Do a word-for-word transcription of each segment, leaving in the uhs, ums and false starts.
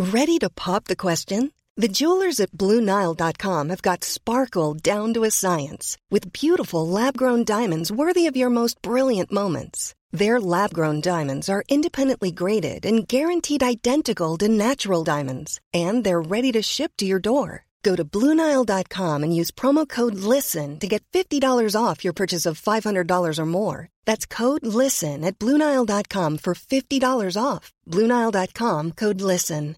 Ready to pop the question? The jewelers at Blue Nile dot com have got sparkle down to a science with beautiful lab-grown diamonds worthy of your most brilliant moments. Their lab-grown diamonds are independently graded and guaranteed identical to natural diamonds, and they're ready to ship to your door. Go to Blue Nile dot com and use promo code LISTEN to get fifty dollars off your purchase of five hundred dollars or more. That's code LISTEN at Blue Nile dot com for fifty dollars off. Blue Nile dot com, code LISTEN.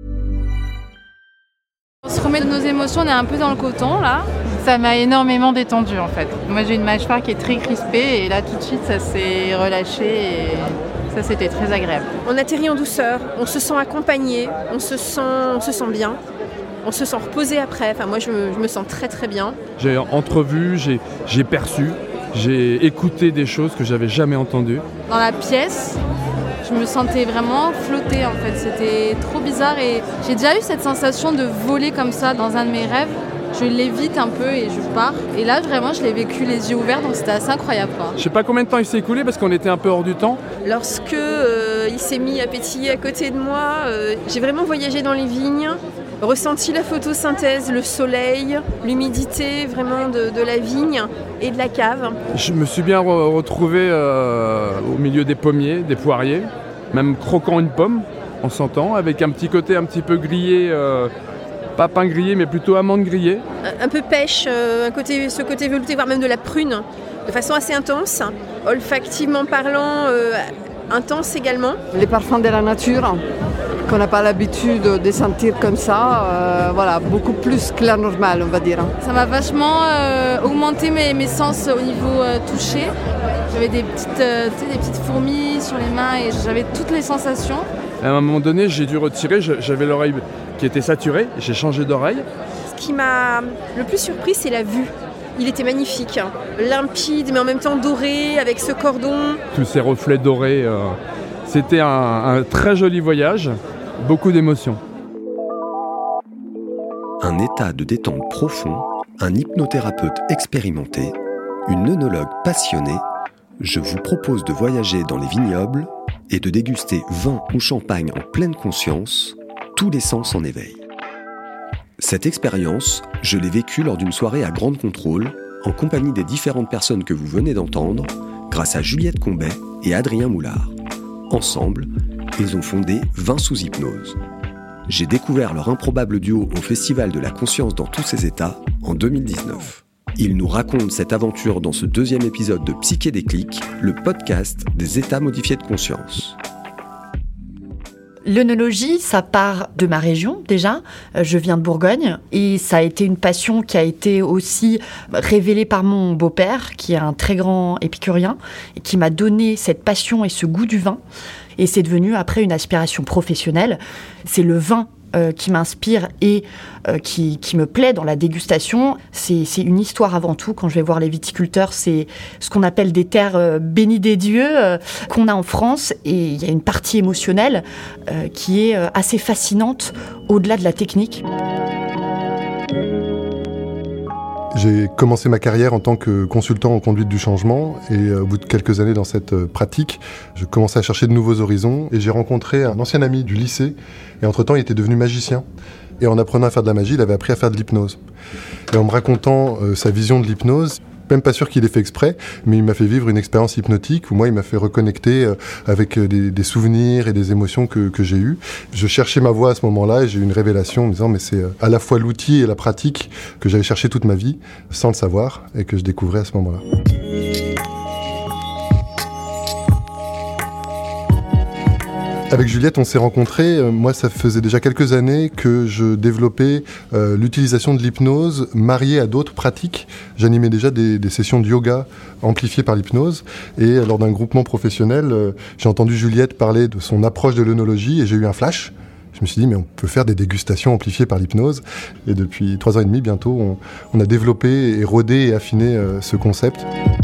On se remet de nos émotions, on est un peu dans le coton là. Ça m'a énormément détendue en fait. Moi j'ai une mâchoire qui est très crispée et là tout de suite ça s'est relâché et ça c'était très agréable. On atterrit en douceur, on se sent accompagné, on se sent, on se sent bien. On se sent reposé après, enfin moi je me, je me sens très très bien. J'ai entrevu, j'ai, j'ai perçu, j'ai écouté des choses que j'avais jamais entendues. Dans la pièce, je me sentais vraiment flotter en fait, c'était trop bizarre et j'ai déjà eu cette sensation de voler comme ça dans un de mes rêves. Je l'évite un peu et je pars. Et là vraiment je l'ai vécu les yeux ouverts donc c'était assez incroyable quoi. Je sais pas combien de temps il s'est écoulé parce qu'on était un peu hors du temps. Lorsque euh, il s'est mis à pétiller à côté de moi, euh, j'ai vraiment voyagé dans les vignes. Ressenti la photosynthèse, le soleil, l'humidité vraiment de, de la vigne et de la cave. Je me suis bien re- retrouvé euh, au milieu des pommiers, des poiriers, même croquant une pomme en sentant, avec un petit côté un petit peu grillé, euh, pas pain grillé mais plutôt amande grillée. Un, un peu pêche, euh, un côté, ce côté velouté, voire même de la prune, de façon assez intense. Olfactivement parlant, euh, intense également. Les parfums de la nature qu'on n'a pas l'habitude de sentir comme ça, euh, voilà, beaucoup plus que la normale, on va dire. Ça m'a vachement euh, augmenté mes, mes sens au niveau euh, touché. J'avais des petites, euh, des petites fourmis sur les mains et j'avais toutes les sensations. À un moment donné, j'ai dû retirer, j'avais l'oreille qui était saturée, j'ai changé d'oreille. Ce qui m'a le plus surpris, c'est la vue. Il était magnifique, limpide mais en même temps doré, avec ce cordon. Tous ces reflets dorés, euh, c'était un, un très joli voyage. Beaucoup d'émotions. Un état de détente profond, un hypnothérapeute expérimenté, une œnologue passionnée, je vous propose de voyager dans les vignobles et de déguster vin ou champagne en pleine conscience, tous les sens en éveil. Cette expérience, je l'ai vécue lors d'une soirée à Grande Contrôle, en compagnie des différentes personnes que vous venez d'entendre, grâce à Juliette Combet et Adrien Moulard. Ensemble, ils ont fondé Vin sous hypnose. J'ai découvert leur improbable duo au Festival de la Conscience dans tous ses états en deux mille dix-neuf. Ils nous racontent cette aventure dans ce deuxième épisode de Psyché Déclic, le podcast des états modifiés de conscience. L'œnologie, ça part de ma région déjà, je viens de Bourgogne et ça a été une passion qui a été aussi révélée par mon beau-père qui est un très grand épicurien et qui m'a donné cette passion et ce goût du vin et c'est devenu après une aspiration professionnelle. C'est le vin euh, qui m'inspire et euh, qui, qui me plaît dans la dégustation. C'est, c'est une histoire avant tout. Quand je vais voir les viticulteurs, c'est ce qu'on appelle des terres euh, bénies des dieux euh, qu'on a en France. Et il y a une partie émotionnelle euh, qui est euh, assez fascinante au-delà de la technique. J'ai commencé ma carrière en tant que consultant en conduite du changement et au bout de quelques années dans cette pratique, je commençais à chercher de nouveaux horizons et j'ai rencontré un ancien ami du lycée et entre-temps il était devenu magicien. Et en apprenant à faire de la magie, il avait appris à faire de l'hypnose. Et en me racontant euh, sa vision de l'hypnose, même pas sûr qu'il ait fait exprès, mais il m'a fait vivre une expérience hypnotique où moi il m'a fait reconnecter euh, avec euh, des, des souvenirs et des émotions que, que j'ai eues. Je cherchais ma voie à ce moment-là et j'ai eu une révélation en me disant mais c'est euh, à la fois l'outil et la pratique que j'avais cherché toute ma vie sans le savoir et que je découvrais à ce moment-là. Avec Juliette, on s'est rencontrés. Moi, ça faisait déjà quelques années que je développais euh, l'utilisation de l'hypnose mariée à d'autres pratiques. J'animais déjà des, des sessions de yoga amplifiées par l'hypnose. Et lors d'un groupement professionnel, euh, j'ai entendu Juliette parler de son approche de l'œnologie et j'ai eu un flash. Je me suis dit, mais on peut faire des dégustations amplifiées par l'hypnose. Et depuis trois ans et demi, bientôt, on, on a développé et rodé et affiné euh, ce concept.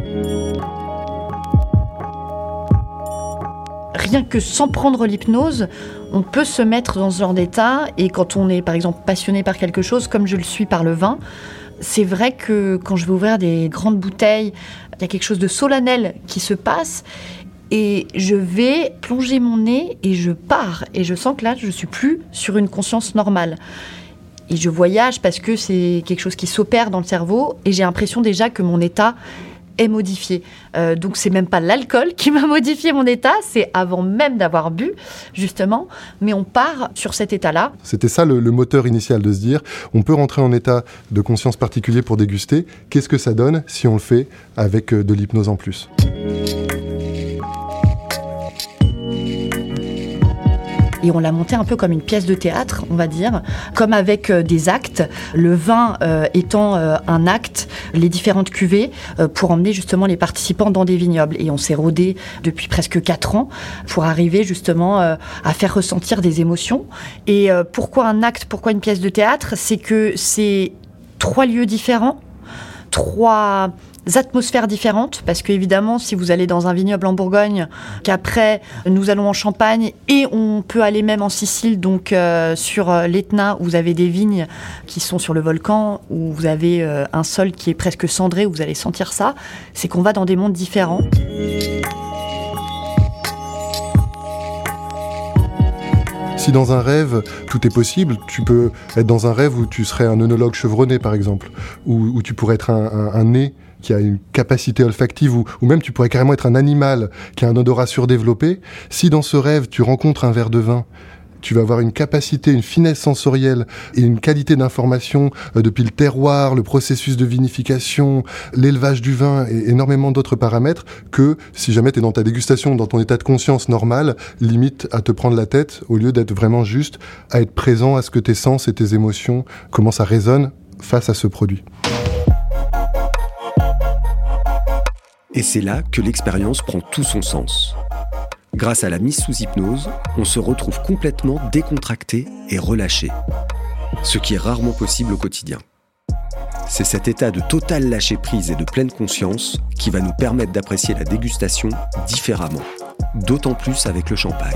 Rien que sans prendre l'hypnose, on peut se mettre dans ce genre d'état. Et quand on est, par exemple, passionné par quelque chose, comme je le suis par le vin, c'est vrai que quand je vais ouvrir des grandes bouteilles, il y a quelque chose de solennel qui se passe. et je vais plonger mon nez et je pars. Et je sens que là, je ne suis plus sur une conscience normale. Et je voyage parce que c'est quelque chose qui s'opère dans le cerveau et j'ai l'impression déjà que mon état est modifié. Euh, donc c'est même pas l'alcool qui m'a modifié mon état, c'est avant même d'avoir bu, justement, mais on part sur cet état-là. C'était ça le, le moteur initial, de se dire, on peut rentrer en état de conscience particulier pour déguster, qu'est-ce que ça donne si on le fait avec de l'hypnose en plus ? Et on l'a monté un peu comme une pièce de théâtre, on va dire, comme avec euh, des actes, le vin euh, étant euh, un acte, les différentes cuvées, euh, pour emmener justement les participants dans des vignobles. Et on s'est rodé depuis presque quatre ans pour arriver justement euh, à faire ressentir des émotions. Et euh, pourquoi un acte, pourquoi une pièce de théâtre ? C'est que c'est trois lieux différents, trois atmosphères différentes, parce qu'évidemment, si vous allez dans un vignoble en Bourgogne, qu'après, nous allons en Champagne, et on peut aller même en Sicile, donc euh, sur euh, l'Etna, où vous avez des vignes qui sont sur le volcan, où vous avez euh, un sol qui est presque cendré, où vous allez sentir ça, c'est qu'on va dans des mondes différents. Si dans un rêve, tout est possible, tu peux être dans un rêve où tu serais un œnologue chevronné, par exemple, où, où tu pourrais être un, un, un nez qui a une capacité olfactive, ou, ou même tu pourrais carrément être un animal qui a un odorat surdéveloppé. Si dans ce rêve, tu rencontres un verre de vin, tu vas avoir une capacité, une finesse sensorielle et une qualité d'information euh, depuis le terroir, le processus de vinification, l'élevage du vin et énormément d'autres paramètres que si jamais tu es dans ta dégustation, dans ton état de conscience normal, limite à te prendre la tête au lieu d'être vraiment juste à être présent à ce que tes sens et tes émotions, comment ça résonne face à ce produit. Et c'est là que l'expérience prend tout son sens. Grâce à la mise sous hypnose, on se retrouve complètement décontracté et relâché, ce qui est rarement possible au quotidien. C'est cet état de totale lâcher-prise et de pleine conscience qui va nous permettre d'apprécier la dégustation différemment, d'autant plus avec le champagne.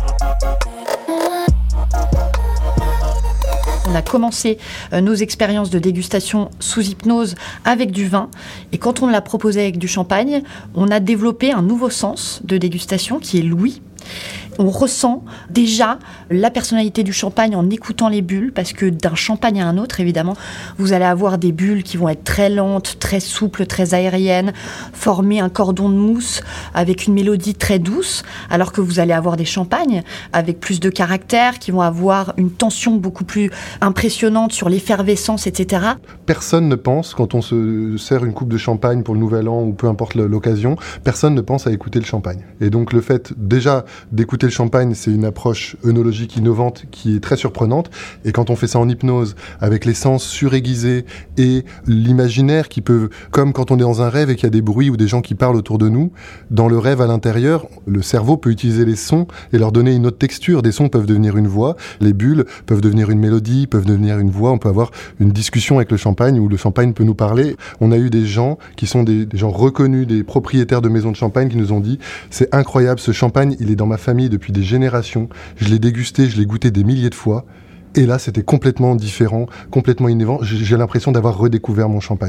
On a commencé nos expériences de dégustation sous hypnose avec du vin. Et quand on l'a proposé avec du champagne, on a développé un nouveau sens de dégustation qui est l'ouïe. On ressent déjà la personnalité du champagne en écoutant les bulles, parce que d'un champagne à un autre, évidemment, vous allez avoir des bulles qui vont être très lentes, très souples, très aériennes, former un cordon de mousse avec une mélodie très douce, alors que vous allez avoir des champagnes avec plus de caractère, qui vont avoir une tension beaucoup plus impressionnante sur l'effervescence, et cetera. Personne ne pense, quand on se sert une coupe de champagne pour le Nouvel An, ou peu importe l'occasion, personne ne pense à écouter le champagne. Et donc le fait, déjà, d'écouter le champagne, c'est une approche œnologique innovante qui est très surprenante. Et quand on fait ça en hypnose, avec les sens suraiguisés et l'imaginaire qui peut, comme quand on est dans un rêve et qu'il y a des bruits ou des gens qui parlent autour de nous, dans le rêve à l'intérieur, le cerveau peut utiliser les sons et leur donner une autre texture. Des sons peuvent devenir une voix, les bulles peuvent devenir une mélodie, peuvent devenir une voix. On peut avoir une discussion avec le champagne où le champagne peut nous parler. On a eu des gens qui sont des, des gens reconnus, des propriétaires de maisons de champagne qui nous ont dit « C'est incroyable, ce champagne, il est dans ma famille depuis des générations, je l'ai dégusté, je l'ai goûté des milliers de fois, et là c'était complètement différent, complètement innovant, j'ai l'impression d'avoir redécouvert mon champagne. »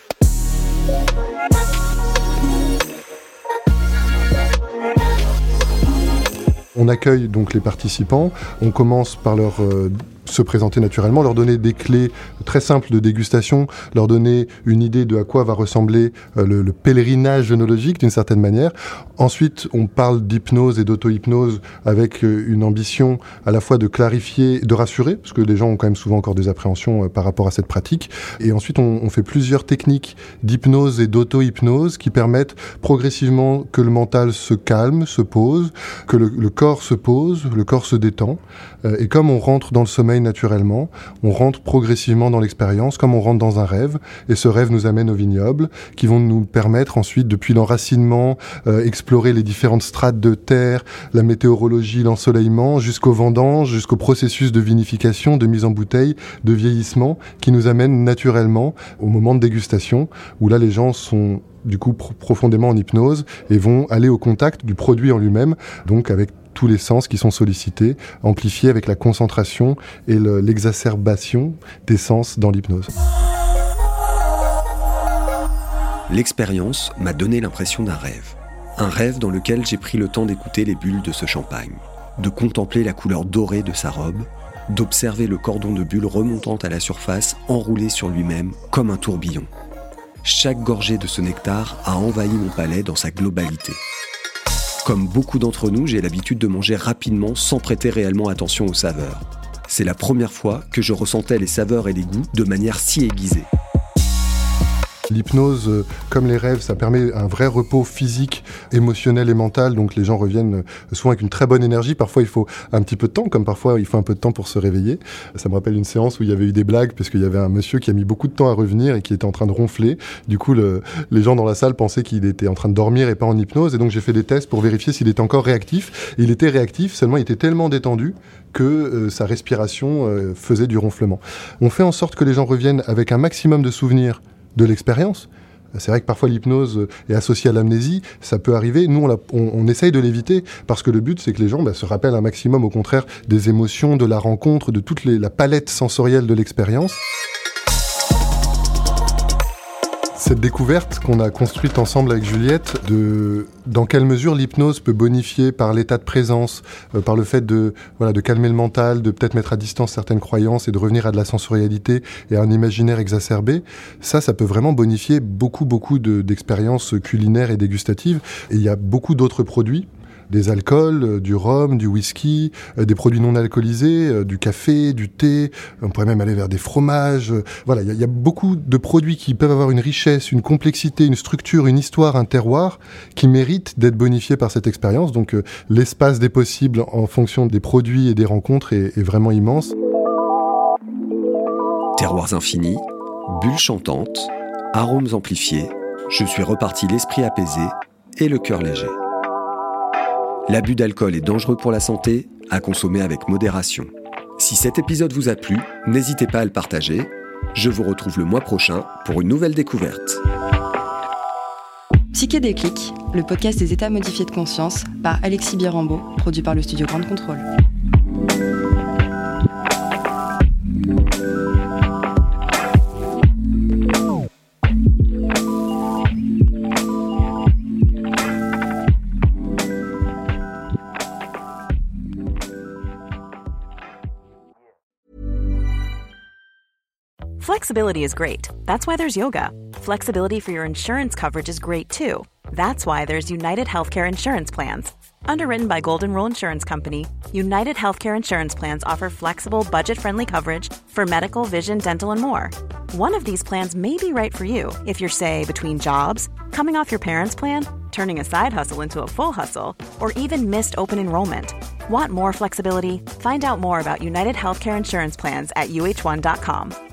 On accueille donc les participants, on commence par leur euh, se présenter naturellement, leur donner des clés très simples de dégustation, leur donner une idée de à quoi va ressembler euh, le, le pèlerinage œnologique d'une certaine manière. Ensuite, on parle d'hypnose et d'auto-hypnose avec euh, une ambition à la fois de clarifier, de rassurer, parce que les gens ont quand même souvent encore des appréhensions euh, par rapport à cette pratique. Et ensuite, on, on fait plusieurs techniques d'hypnose et d'auto-hypnose qui permettent progressivement que le mental se calme, se pose, que le, le corps se pose, le corps se détend. Euh, et comme on rentre dans le sommeil naturellement, on rentre progressivement dans l'expérience, comme on rentre dans un rêve, et ce rêve nous amène au vignoble, qui vont nous permettre ensuite, depuis l'enracinement, euh, explorer les différentes strates de terre, la météorologie, l'ensoleillement, jusqu'au vendange, jusqu'au processus de vinification, de mise en bouteille, de vieillissement, qui nous amène naturellement au moment de dégustation, où là les gens sont du coup pro- profondément en hypnose et vont aller au contact du produit en lui-même, donc avec tous les sens qui sont sollicités, amplifiés avec la concentration et le, l'exacerbation des sens dans l'hypnose. L'expérience m'a donné l'impression d'un rêve. Un rêve dans lequel j'ai pris le temps d'écouter les bulles de ce champagne, de contempler la couleur dorée de sa robe, d'observer le cordon de bulles remontant à la surface, enroulé sur lui-même comme un tourbillon. Chaque gorgée de ce nectar a envahi mon palais dans sa globalité. Comme beaucoup d'entre nous, j'ai l'habitude de manger rapidement sans prêter réellement attention aux saveurs. C'est la première fois que je ressentais les saveurs et les goûts de manière si aiguisée. L'hypnose, comme les rêves, ça permet un vrai repos physique, émotionnel et mental. Donc les gens reviennent souvent avec une très bonne énergie. Parfois, il faut un petit peu de temps, comme parfois, il faut un peu de temps pour se réveiller. Ça me rappelle une séance où il y avait eu des blagues, parce qu'il y avait un monsieur qui a mis beaucoup de temps à revenir et qui était en train de ronfler. Du coup, le, les gens dans la salle pensaient qu'il était en train de dormir et pas en hypnose. Et donc, j'ai fait des tests pour vérifier s'il était encore réactif. Et il était réactif, seulement il était tellement détendu que euh, sa respiration euh, faisait du ronflement. On fait en sorte que les gens reviennent avec un maximum de souvenirs de l'expérience. C'est vrai que parfois l'hypnose est associée à l'amnésie, ça peut arriver. Nous, on, la, on, on essaye de l'éviter parce que le but, c'est que les gens bah, se rappellent un maximum, au contraire, des émotions, de la rencontre, de toute les, la palette sensorielle de l'expérience. Cette découverte qu'on a construite ensemble avec Juliette, de dans quelle mesure l'hypnose peut bonifier par l'état de présence, euh, par le fait de, voilà, de calmer le mental, de peut-être mettre à distance certaines croyances et de revenir à de la sensorialité et à un imaginaire exacerbé, ça, ça peut vraiment bonifier beaucoup, beaucoup de, d'expériences culinaires et dégustatives. Et il y a beaucoup d'autres produits, des alcools, du rhum, du whisky, euh, des produits non alcoolisés, euh, du café, du thé, on pourrait même aller vers des fromages. Euh, voilà, il y, y a beaucoup de produits qui peuvent avoir une richesse, une complexité, une structure, une histoire, un terroir qui méritent d'être bonifiés par cette expérience. Donc euh, l'espace des possibles en fonction des produits et des rencontres est, est vraiment immense. Terroirs infinis, bulles chantantes, arômes amplifiés, je suis reparti l'esprit apaisé et le cœur léger. L'abus d'alcool est dangereux pour la santé, à consommer avec modération. Si cet épisode vous a plu, n'hésitez pas à le partager. Je vous retrouve le mois prochain pour une nouvelle découverte. Psychédéclic, le podcast des états modifiés de conscience par Alexis Birambeau, produit par le studio Grande Contrôle. Flexibility is great. That's why there's yoga. Flexibility for your insurance coverage is great too. That's why there's United Healthcare Insurance Plans. Underwritten by Golden Rule Insurance Company, United Healthcare Insurance Plans offer flexible, budget-friendly coverage for medical, vision, dental, and more. One of these plans may be right for you if you're, say, between jobs, coming off your parents' plan, turning a side hustle into a full hustle, or even missed open enrollment. Want more flexibility? Find out more about United Healthcare Insurance Plans at U H one dot com.